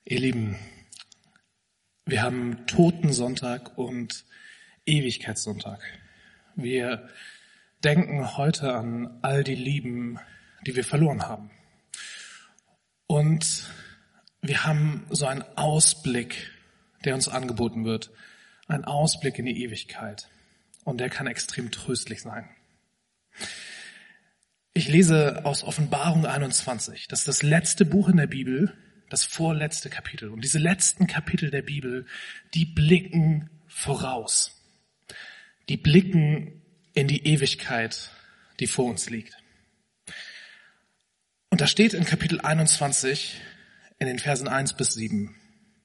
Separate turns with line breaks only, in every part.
Ihr Lieben, wir haben Totensonntag und Ewigkeitssonntag. Wir denken heute an all die Lieben, die wir verloren haben. Und wir haben so einen Ausblick, der uns angeboten wird. Ein Ausblick in die Ewigkeit. Und der kann extrem tröstlich sein. Ich lese aus Offenbarung 21. Das ist das letzte Buch in der Bibel, das vorletzte Kapitel. Und diese letzten Kapitel der Bibel, die blicken voraus. Die blicken in die Ewigkeit, die vor uns liegt. Und da steht in Kapitel 21, in den Versen 1 bis 7.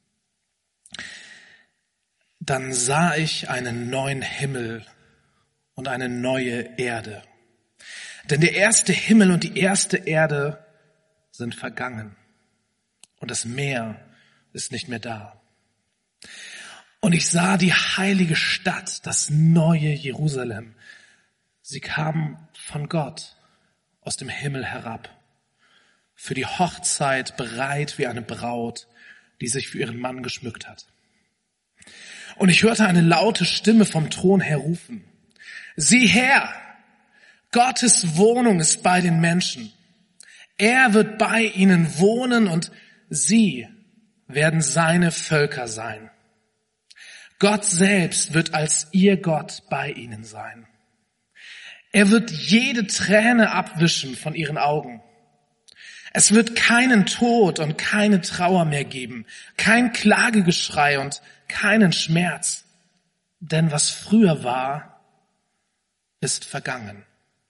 Dann sah ich einen neuen Himmel und eine neue Erde. Denn der erste Himmel und die erste Erde sind vergangen. Und das Meer ist nicht mehr da. Und ich sah die heilige Stadt, das neue Jerusalem. Sie kam von Gott aus dem Himmel herab. Für die Hochzeit bereit wie eine Braut, die sich für ihren Mann geschmückt hat. Und ich hörte eine laute Stimme vom Thron her rufen: Sieh her, Gottes Wohnung ist bei den Menschen. Er wird bei ihnen wohnen und sie werden seine Völker sein. Gott selbst wird als ihr Gott bei ihnen sein. Er wird jede Träne abwischen von ihren Augen. Es wird keinen Tod und keine Trauer mehr geben, kein Klagegeschrei und keinen Schmerz. Denn was früher war, ist vergangen.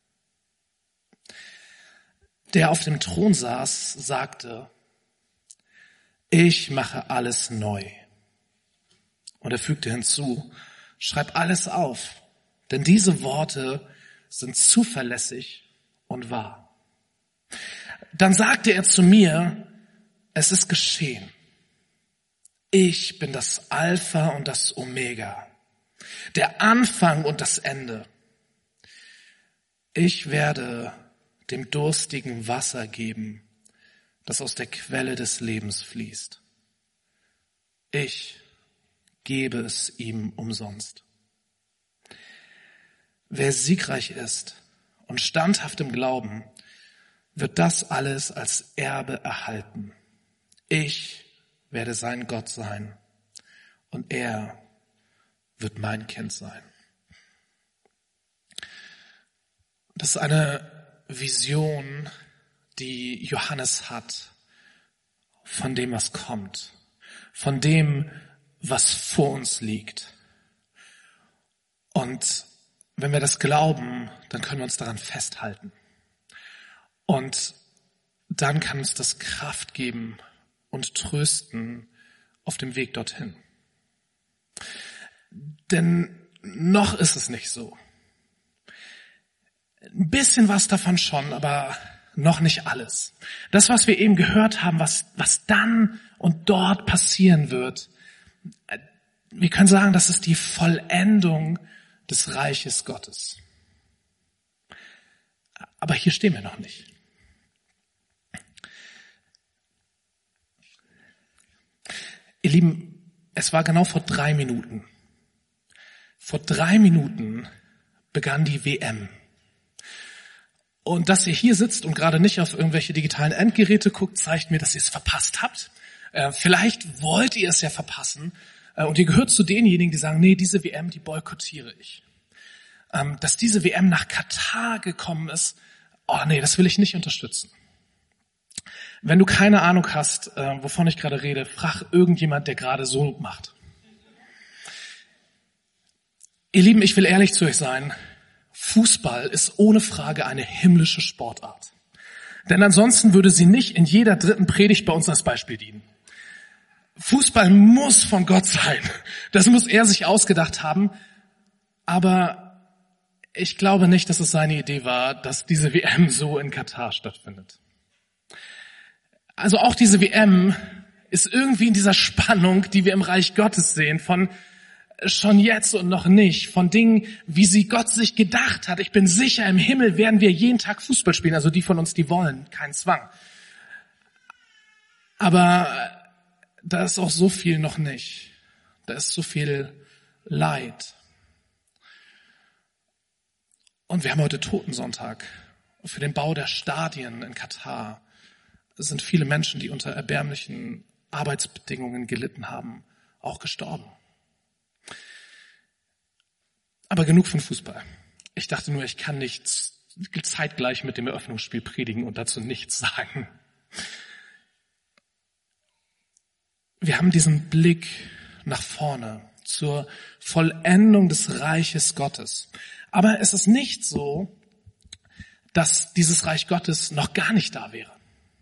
Der auf dem Thron saß, sagte: Ich mache alles neu. Und er fügte hinzu: Schreib alles auf, denn diese Worte sind zuverlässig und wahr. Dann sagte er zu mir: Es ist geschehen. Ich bin das Alpha und das Omega, der Anfang und das Ende. Ich werde dem Durstigen Wasser geben, das aus der Quelle des Lebens fließt. Ich gebe es ihm umsonst. Wer siegreich ist und standhaft im Glauben, wird das alles als Erbe erhalten. Ich werde sein Gott sein und er wird mein Kind sein. Das ist eine Vision, die Johannes hat von dem, was kommt, von dem, was vor uns liegt. Und wenn wir das glauben, dann können wir uns daran festhalten. Und dann kann uns das Kraft geben und trösten auf dem Weg dorthin. Denn noch ist es nicht so. Ein bisschen was davon schon, aber noch nicht alles. Das, was wir eben gehört haben, was dann und dort passieren wird, wir können sagen, das ist die Vollendung des Reiches Gottes. Aber hier stehen wir noch nicht. Ihr Lieben, es war genau vor 3 Minuten. Vor 3 Minuten begann die WM. Und dass ihr hier sitzt und gerade nicht auf irgendwelche digitalen Endgeräte guckt, zeigt mir, dass ihr es verpasst habt. Vielleicht wollt ihr es ja verpassen. Und ihr gehört zu denjenigen, die sagen, nee, diese WM, die boykottiere ich. Dass diese WM nach Katar gekommen ist, oh nee, das will ich nicht unterstützen. Wenn du keine Ahnung hast, wovon ich gerade rede, frag irgendjemand, der gerade so macht. Ihr Lieben, ich will ehrlich zu euch sein. Fußball ist ohne Frage eine himmlische Sportart. Denn ansonsten würde sie nicht in jeder 3. Predigt bei uns als Beispiel dienen. Fußball muss von Gott sein. Das muss er sich ausgedacht haben. Aber ich glaube nicht, dass es seine Idee war, dass diese WM so in Katar stattfindet. Also auch diese WM ist irgendwie in dieser Spannung, die wir im Reich Gottes sehen, von schon jetzt und noch nicht, von Dingen, wie sie Gott sich gedacht hat. Ich bin sicher, im Himmel werden wir jeden Tag Fußball spielen, also die von uns, die wollen, kein Zwang. Aber da ist auch so viel noch nicht. Da ist so viel Leid. Und wir haben heute Totensonntag. Für den Bau der Stadien in Katar sind viele Menschen, die unter erbärmlichen Arbeitsbedingungen gelitten haben, auch gestorben. Aber genug von Fußball. Ich dachte nur, ich kann nicht zeitgleich mit dem Eröffnungsspiel predigen und dazu nichts sagen. Wir haben diesen Blick nach vorne zur Vollendung des Reiches Gottes. Aber es ist nicht so, dass dieses Reich Gottes noch gar nicht da wäre.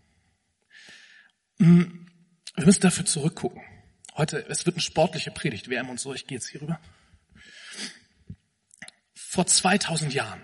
Wir müssen dafür zurückgucken. Heute, es wird eine sportliche Predigt, WM und so, ich gehe jetzt hier rüber. Vor 2000 Jahren,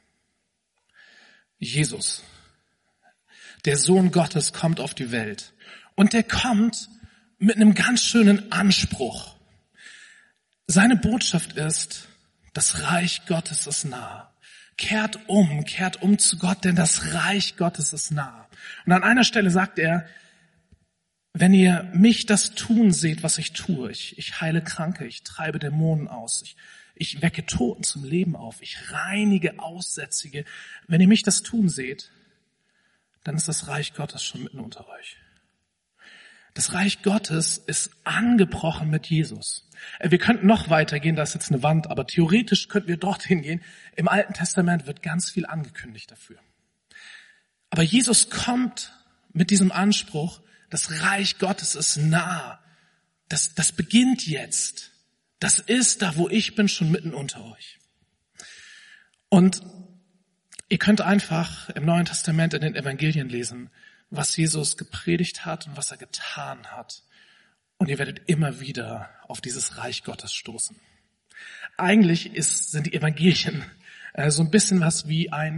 Jesus, der Sohn Gottes, kommt auf die Welt. Und der kommt mit einem ganz schönen Anspruch. Seine Botschaft ist, das Reich Gottes ist nah. Kehrt um zu Gott, denn das Reich Gottes ist nah. Und an einer Stelle sagt er, wenn ihr mich das tun seht, was ich tue, ich heile Kranke, ich treibe Dämonen aus, ich wecke Toten zum Leben auf, ich reinige Aussätzige. Wenn ihr mich das tun seht, dann ist das Reich Gottes schon mitten unter euch. Das Reich Gottes ist angebrochen mit Jesus. Wir könnten noch weitergehen, da ist jetzt eine Wand, aber theoretisch könnten wir dorthin gehen. Im Alten Testament wird ganz viel angekündigt dafür. Aber Jesus kommt mit diesem Anspruch, das Reich Gottes ist nah. Das beginnt jetzt. Das ist da, wo ich bin, schon mitten unter euch. Und ihr könnt einfach im Neuen Testament in den Evangelien lesen, was Jesus gepredigt hat und was er getan hat. Und ihr werdet immer wieder auf dieses Reich Gottes stoßen. Eigentlich sind die Evangelien so ein bisschen was wie ein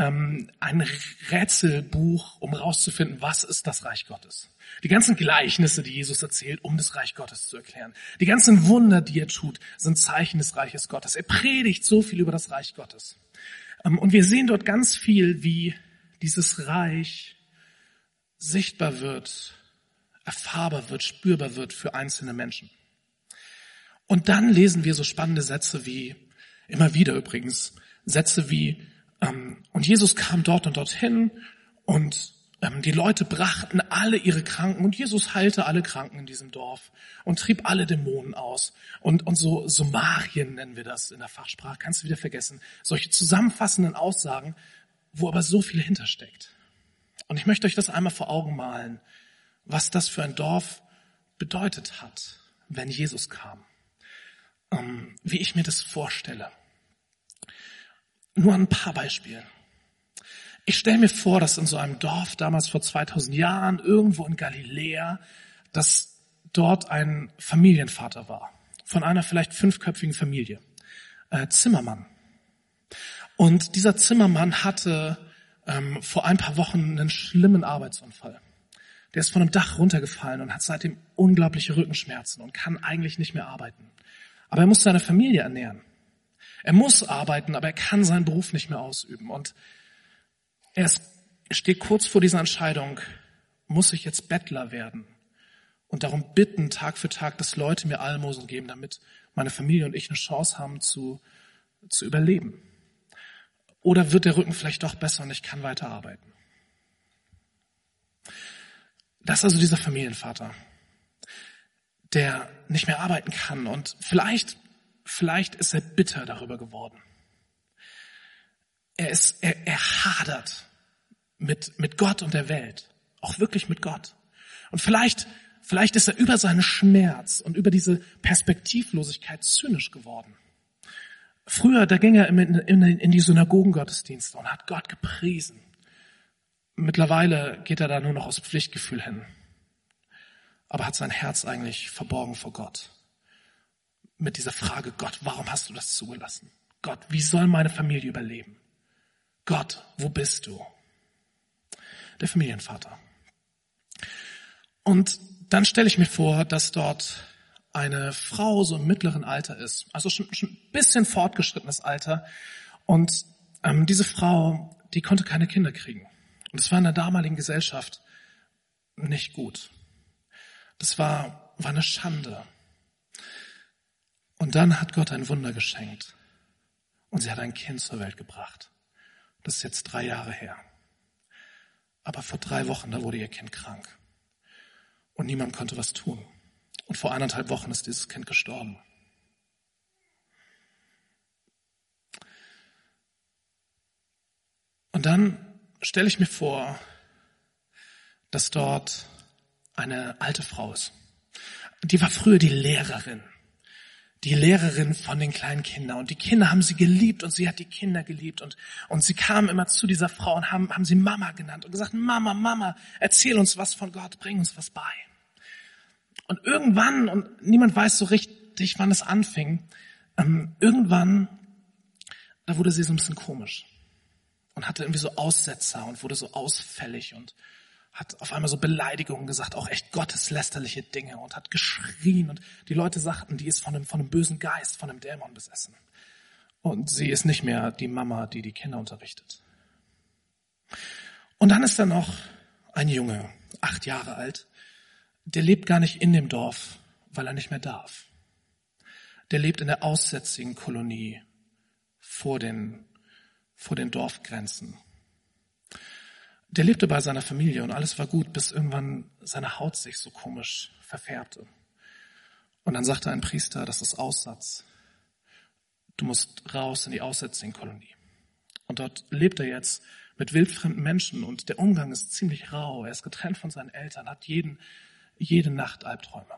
Rätselbuch, um rauszufinden, was ist das Reich Gottes. Die ganzen Gleichnisse, die Jesus erzählt, um das Reich Gottes zu erklären. Die ganzen Wunder, die er tut, sind Zeichen des Reiches Gottes. Er predigt so viel über das Reich Gottes. Und wir sehen dort ganz viel, wie dieses Reich sichtbar wird, erfahrbar wird, spürbar wird für einzelne Menschen. Und dann lesen wir so spannende Sätze wie, immer wieder übrigens, Sätze wie, und Jesus kam dort und dorthin und die Leute brachten alle ihre Kranken und Jesus heilte alle Kranken in diesem Dorf und trieb alle Dämonen aus. Und so Summarien nennen wir das in der Fachsprache, kannst du wieder vergessen. Solche zusammenfassenden Aussagen, wo aber so viel hintersteckt. Und ich möchte euch das einmal vor Augen malen, was das für ein Dorf bedeutet hat, wenn Jesus kam. Wie ich mir das vorstelle. Nur ein paar Beispiele. Ich stelle mir vor, dass in so einem Dorf damals vor 2000 Jahren, irgendwo in Galiläa, dass dort ein Familienvater war. Von einer vielleicht 5-köpfigen Familie. Zimmermann. Und dieser Zimmermann hatte vor ein paar Wochen einen schlimmen Arbeitsunfall. Der ist von einem Dach runtergefallen und hat seitdem unglaubliche Rückenschmerzen und kann eigentlich nicht mehr arbeiten. Aber er muss seine Familie ernähren. Er muss arbeiten, aber er kann seinen Beruf nicht mehr ausüben. Und er steht kurz vor dieser Entscheidung, muss ich jetzt Bettler werden und darum bitten, Tag für Tag, dass Leute mir Almosen geben, damit meine Familie und ich eine Chance haben zu überleben. Oder wird der Rücken vielleicht doch besser und ich kann weiter arbeiten? Das ist also dieser Familienvater, der nicht mehr arbeiten kann und vielleicht ist er bitter darüber geworden. Er hadert mit Gott und der Welt, auch wirklich mit Gott. Und vielleicht ist er über seinen Schmerz und über diese Perspektivlosigkeit zynisch geworden. Früher, da ging er in die Synagogengottesdienste und hat Gott gepriesen. Mittlerweile geht er da nur noch aus Pflichtgefühl hin, aber hat sein Herz eigentlich verborgen vor Gott. Mit dieser Frage, Gott, warum hast du das zugelassen? Gott, wie soll meine Familie überleben? Gott, wo bist du? Der Familienvater. Und dann stelle ich mir vor, dass dort eine Frau so im mittleren Alter ist, also schon ein bisschen fortgeschrittenes Alter. Und diese Frau, die konnte keine Kinder kriegen. Und es war in der damaligen Gesellschaft nicht gut. Das war eine Schande. Und dann hat Gott ein Wunder geschenkt. Und sie hat ein Kind zur Welt gebracht. Das ist jetzt 3 Jahre her. Aber vor 3 Wochen, da wurde ihr Kind krank. Und niemand konnte was tun. Und vor 1,5 Wochen ist dieses Kind gestorben. Und dann stelle ich mir vor, dass dort eine alte Frau ist. Die war früher die Lehrerin von den kleinen Kindern. Und die Kinder haben sie geliebt und sie hat die Kinder geliebt. Und sie kamen immer zu dieser Frau und haben sie Mama genannt und gesagt, Mama, erzähl uns was von Gott, bring uns was bei. Und irgendwann, und niemand weiß so richtig, wann es anfing, irgendwann, da wurde sie so ein bisschen komisch. Und hatte irgendwie so Aussetzer und wurde so ausfällig und hat auf einmal so Beleidigungen gesagt, auch echt gotteslästerliche Dinge und hat geschrien. Und die Leute sagten, die ist von einem bösen Geist, von einem Dämon besessen. Und sie ist nicht mehr die Mama, die die Kinder unterrichtet. Und dann ist da noch ein Junge, 8 Jahre alt, der lebt gar nicht in dem Dorf, weil er nicht mehr darf. Der lebt in der aussätzigen Kolonie vor den Dorfgrenzen. Der lebte bei seiner Familie und alles war gut, bis irgendwann seine Haut sich so komisch verfärbte. Und dann sagte ein Priester, das ist Aussatz. Du musst raus in die aussätzigen Kolonie. Und dort lebt er jetzt mit wildfremden Menschen und der Umgang ist ziemlich rau. Er ist getrennt von seinen Eltern, hat jede Nacht Albträume.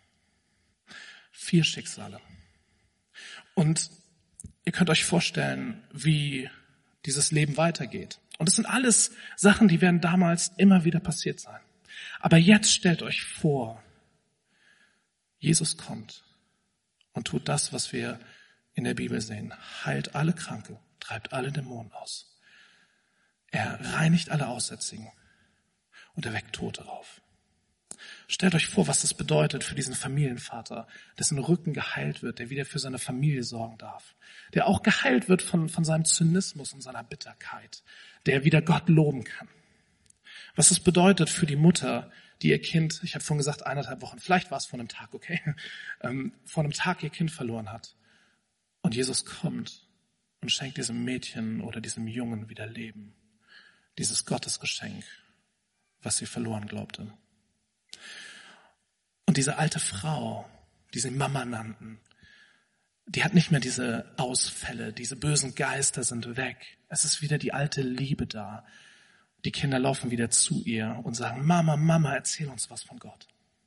4 Schicksale. Und ihr könnt euch vorstellen, wie dieses Leben weitergeht. Und das sind alles Sachen, die werden damals immer wieder passiert sein. Aber jetzt stellt euch vor, Jesus kommt und tut das, was wir in der Bibel sehen. Heilt alle Kranke, treibt alle Dämonen aus. Er reinigt alle Aussätzigen und er weckt Tote auf. Stellt euch vor, was das bedeutet für diesen Familienvater, dessen Rücken geheilt wird, der wieder für seine Familie sorgen darf, der auch geheilt wird von seinem Zynismus und seiner Bitterkeit, der wieder Gott loben kann. Was das bedeutet für die Mutter, die ihr Kind, ich habe vorhin gesagt 1,5 Wochen, vielleicht war es vor einem Tag, okay, vor einem Tag ihr Kind verloren hat. Und Jesus kommt und schenkt diesem Mädchen oder diesem Jungen wieder Leben. Dieses Gottesgeschenk, was sie verloren glaubte. Und diese alte Frau, die sie Mama nannten, die hat nicht mehr diese Ausfälle, diese bösen Geister sind weg. Es ist wieder die alte Liebe da. Die Kinder laufen wieder zu ihr und sagen, Mama, erzähl uns was von Gott.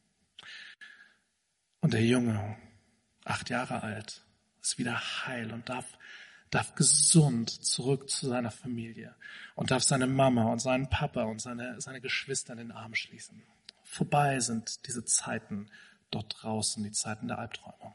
Und der Junge, 8 Jahre alt, ist wieder heil und darf gesund zurück zu seiner Familie und darf seine Mama und seinen Papa und seine Geschwister in den Arm schließen. Vorbei sind diese Zeiten dort draußen, die Zeiten der Albträume.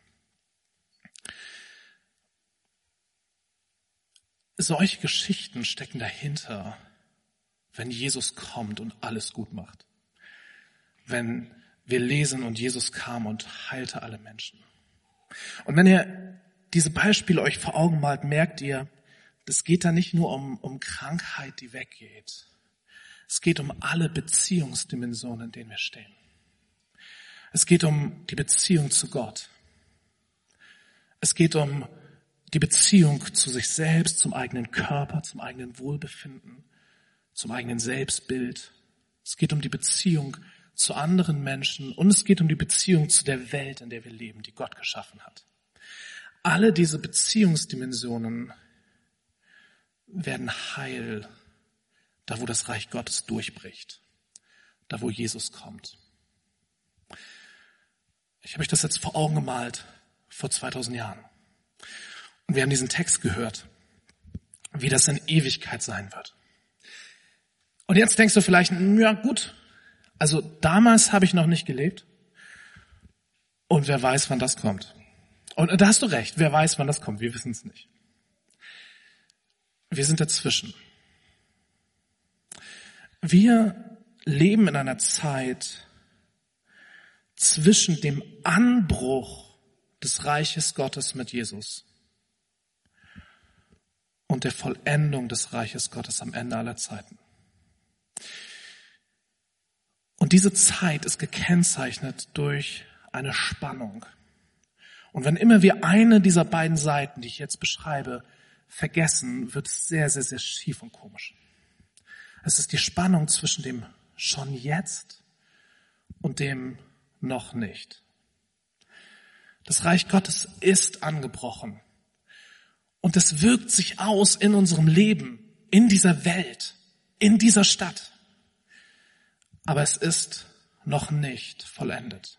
Solche Geschichten stecken dahinter, wenn Jesus kommt und alles gut macht. Wenn wir lesen und Jesus kam und heilte alle Menschen. Und wenn ihr diese Beispiele euch vor Augen malt, merkt ihr, das geht da nicht nur um Krankheit, die weggeht. Es geht um alle Beziehungsdimensionen, in denen wir stehen. Es geht um die Beziehung zu Gott. Es geht um die Beziehung zu sich selbst, zum eigenen Körper, zum eigenen Wohlbefinden, zum eigenen Selbstbild. Es geht um die Beziehung zu anderen Menschen und es geht um die Beziehung zu der Welt, in der wir leben, die Gott geschaffen hat. Alle diese Beziehungsdimensionen werden heil, da wo das Reich Gottes durchbricht, da wo Jesus kommt. Ich habe euch das jetzt vor Augen gemalt, vor 2000 Jahren. Und wir haben diesen Text gehört, wie das in Ewigkeit sein wird. Und jetzt denkst du vielleicht, ja gut, also damals habe ich noch nicht gelebt und wer weiß, wann das kommt. Und da hast du recht, wer weiß, wann das kommt, wir wissen es nicht. Wir sind dazwischen. Wir leben in einer Zeit zwischen dem Anbruch des Reiches Gottes mit Jesus und der Vollendung des Reiches Gottes am Ende aller Zeiten. Und diese Zeit ist gekennzeichnet durch eine Spannung. Und wenn immer wir eine dieser beiden Seiten, die ich jetzt beschreibe, vergessen, wird es sehr, sehr, sehr schief und komisch. Es ist die Spannung zwischen dem schon jetzt und dem noch nicht. Das Reich Gottes ist angebrochen. Und es wirkt sich aus in unserem Leben, in dieser Welt, in dieser Stadt. Aber es ist noch nicht vollendet.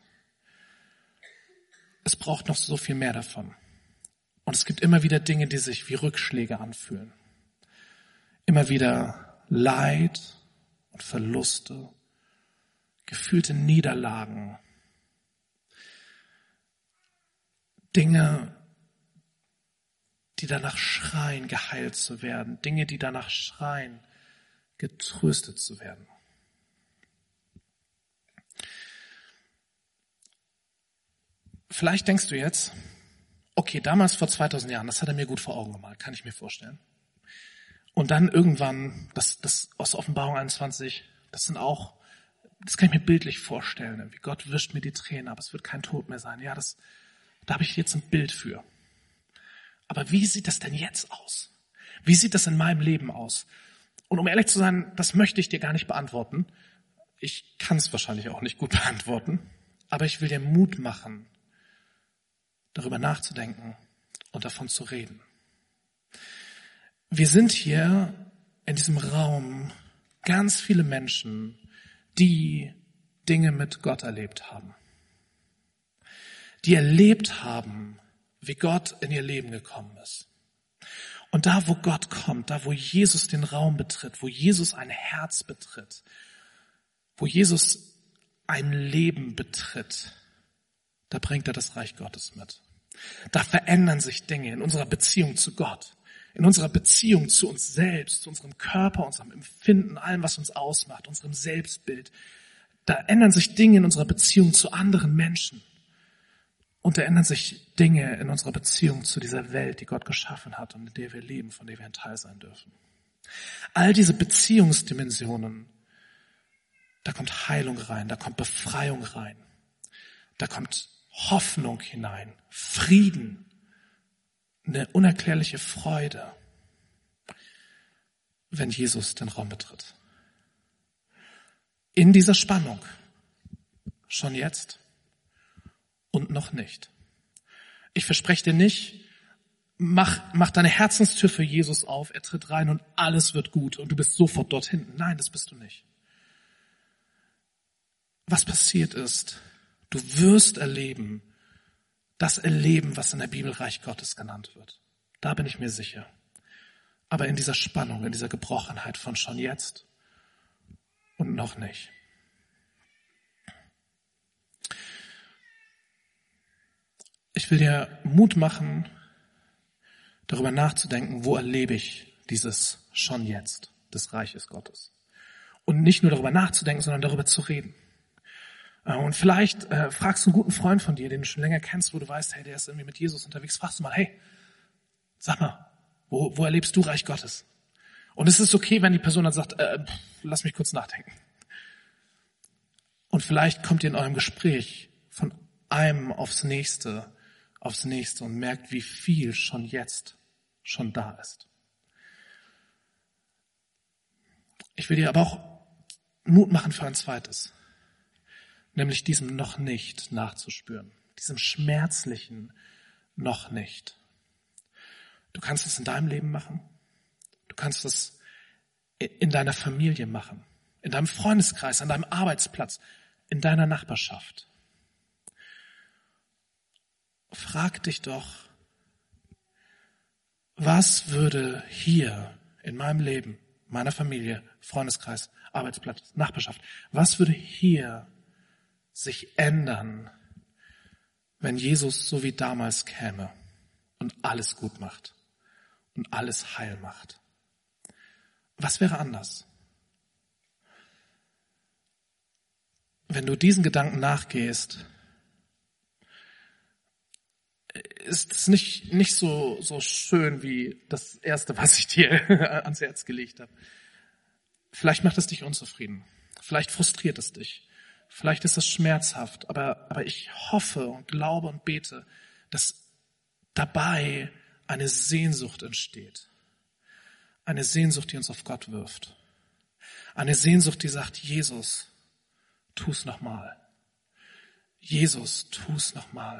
Es braucht noch so viel mehr davon. Und es gibt immer wieder Dinge, die sich wie Rückschläge anfühlen. Immer wieder Leid und Verluste, gefühlte Niederlagen, Dinge, die danach schreien, geheilt zu werden, Dinge, die danach schreien, getröstet zu werden. Vielleicht denkst du jetzt, okay, damals vor 2000 Jahren, das hat er mir gut vor Augen gemalt, kann ich mir vorstellen. Und dann irgendwann, das aus Offenbarung 21, das kann ich mir bildlich vorstellen. Wie Gott wischt mir die Tränen, aber es wird kein Tod mehr sein. Ja, da habe ich jetzt ein Bild für. Aber wie sieht das denn jetzt aus? Wie sieht das in meinem Leben aus? Und um ehrlich zu sein, das möchte ich dir gar nicht beantworten. Ich kann es wahrscheinlich auch nicht gut beantworten. Aber ich will dir Mut machen, darüber nachzudenken und davon zu reden. Wir sind hier in diesem Raum ganz viele Menschen, die Dinge mit Gott erlebt haben. Die erlebt haben, wie Gott in ihr Leben gekommen ist. Und da, wo Gott kommt, da, wo Jesus den Raum betritt, wo Jesus ein Herz betritt, wo Jesus ein Leben betritt, da bringt er das Reich Gottes mit. Da verändern sich Dinge in unserer Beziehung zu Gott, in unserer Beziehung zu uns selbst, zu unserem Körper, unserem Empfinden, allem, was uns ausmacht, unserem Selbstbild. Da ändern sich Dinge in unserer Beziehung zu anderen Menschen. Und da ändern sich Dinge in unserer Beziehung zu dieser Welt, die Gott geschaffen hat und in der wir leben, von der wir ein Teil sein dürfen. All diese Beziehungsdimensionen, da kommt Heilung rein, da kommt Befreiung rein, da kommt Hoffnung hinein, Frieden, eine unerklärliche Freude, wenn Jesus den Raum betritt. In dieser Spannung, schon jetzt und noch nicht. Ich verspreche dir nicht, mach deine Herzenstür für Jesus auf, er tritt rein und alles wird gut und du bist sofort dort hinten. Nein, das bist du nicht. Was passiert ist, du wirst erleben, das Erleben, was in der Bibel Reich Gottes genannt wird. Da bin ich mir sicher. Aber in dieser Spannung, in dieser Gebrochenheit von schon jetzt und noch nicht. Ich will dir Mut machen, darüber nachzudenken, wo erlebe ich dieses schon jetzt des Reiches Gottes. Und nicht nur darüber nachzudenken, sondern darüber zu reden. Und vielleicht fragst du einen guten Freund von dir, den du schon länger kennst, wo du weißt, hey, der ist irgendwie mit Jesus unterwegs. Fragst du mal, hey, sag mal, wo erlebst du Reich Gottes? Und es ist okay, wenn die Person dann sagt, lass mich kurz nachdenken. Und vielleicht kommt ihr in eurem Gespräch von einem aufs nächste und merkt, wie viel schon jetzt schon da ist. Ich will dir aber auch Mut machen für ein zweites. Nämlich diesem noch nicht nachzuspüren. Diesem schmerzlichen noch nicht. Du kannst es in deinem Leben machen. Du kannst es in deiner Familie machen. In deinem Freundeskreis, an deinem Arbeitsplatz, in deiner Nachbarschaft. Frag dich doch, was würde hier in meinem Leben, meiner Familie, Freundeskreis, Arbeitsplatz, Nachbarschaft, was würde hier sich ändern, wenn Jesus so wie damals käme und alles gut macht und alles heil macht? Was wäre anders? Wenn du diesen Gedanken nachgehst, ist es nicht so schön wie das Erste, was ich dir ans Herz gelegt habe. Vielleicht macht es dich unzufrieden. Vielleicht frustriert es dich. Vielleicht ist es schmerzhaft, aber ich hoffe und glaube und bete, dass dabei eine Sehnsucht entsteht. Eine Sehnsucht, die uns auf Gott wirft. Eine Sehnsucht, die sagt, Jesus, tu's nochmal. Jesus, tu's nochmal.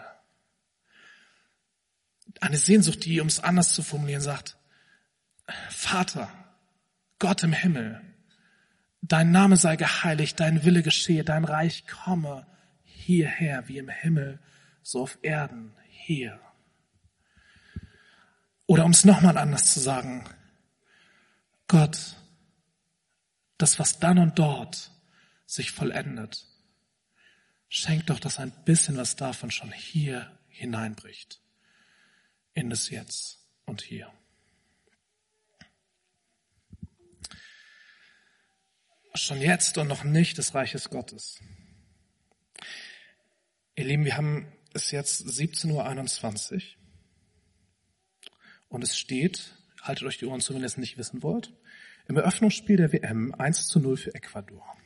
Eine Sehnsucht, die, um es anders zu formulieren, sagt, Vater, Gott im Himmel, dein Name sei geheiligt, dein Wille geschehe, dein Reich komme hierher, wie im Himmel, so auf Erden, hier. Oder um es nochmal anders zu sagen, Gott, das, was dann und dort sich vollendet, schenk doch, dass ein bisschen was davon schon hier hineinbricht, in das Jetzt und Hier. Schon jetzt und noch nicht des Reiches Gottes. Ihr Lieben, wir haben es jetzt 17:21 Uhr und es steht, haltet euch die Ohren zu, wenn ihr es nicht wissen wollt, im Eröffnungsspiel der WM 1:0 für Ecuador.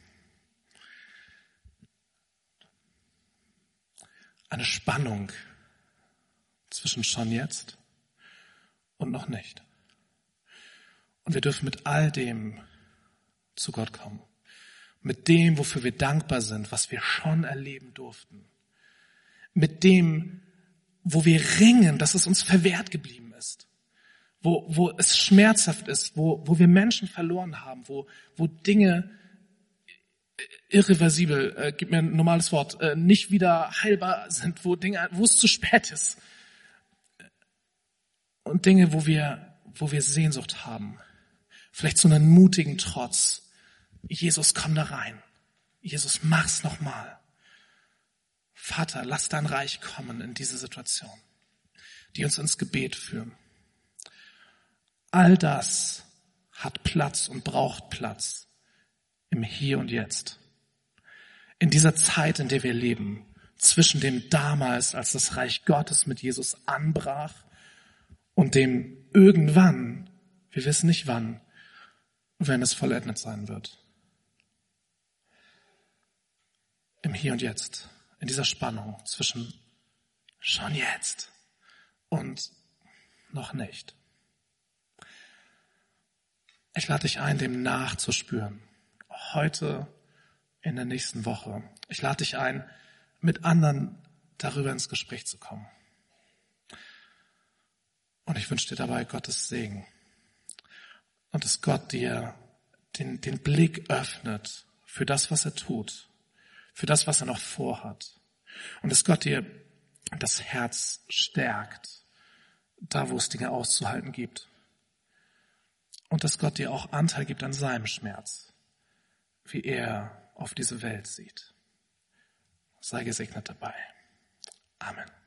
Eine Spannung zwischen schon jetzt und noch nicht. Und wir dürfen mit all dem zu Gott kommen. Mit dem, wofür wir dankbar sind, was wir schon erleben durften. Mit dem, wo wir ringen, dass es uns verwehrt geblieben ist. Wo es schmerzhaft ist, wo wir Menschen verloren haben, wo Dinge irreversibel, gib mir ein normales Wort, nicht wieder heilbar sind, wo es zu spät ist. Und Dinge, wo wir Sehnsucht haben. Vielleicht so einen mutigen Trotz. Jesus, komm da rein. Jesus, mach's nochmal. Vater, lass dein Reich kommen in diese Situation, die uns ins Gebet führen. All das hat Platz und braucht Platz im Hier und Jetzt. In dieser Zeit, in der wir leben, zwischen dem damals, als das Reich Gottes mit Jesus anbrach, und dem irgendwann, wir wissen nicht wann, wenn es vollendet sein wird. Im Hier und Jetzt, in dieser Spannung zwischen schon jetzt und noch nicht. Ich lade dich ein, dem nachzuspüren. Heute, in der nächsten Woche. Ich lade dich ein, mit anderen darüber ins Gespräch zu kommen. Und ich wünsche dir dabei Gottes Segen. Und dass Gott dir den Blick öffnet für das, was er tut. Für das, was er noch vorhat. Und dass Gott dir das Herz stärkt, da wo es Dinge auszuhalten gibt. Und dass Gott dir auch Anteil gibt an seinem Schmerz, wie er auf diese Welt sieht. Sei gesegnet dabei. Amen.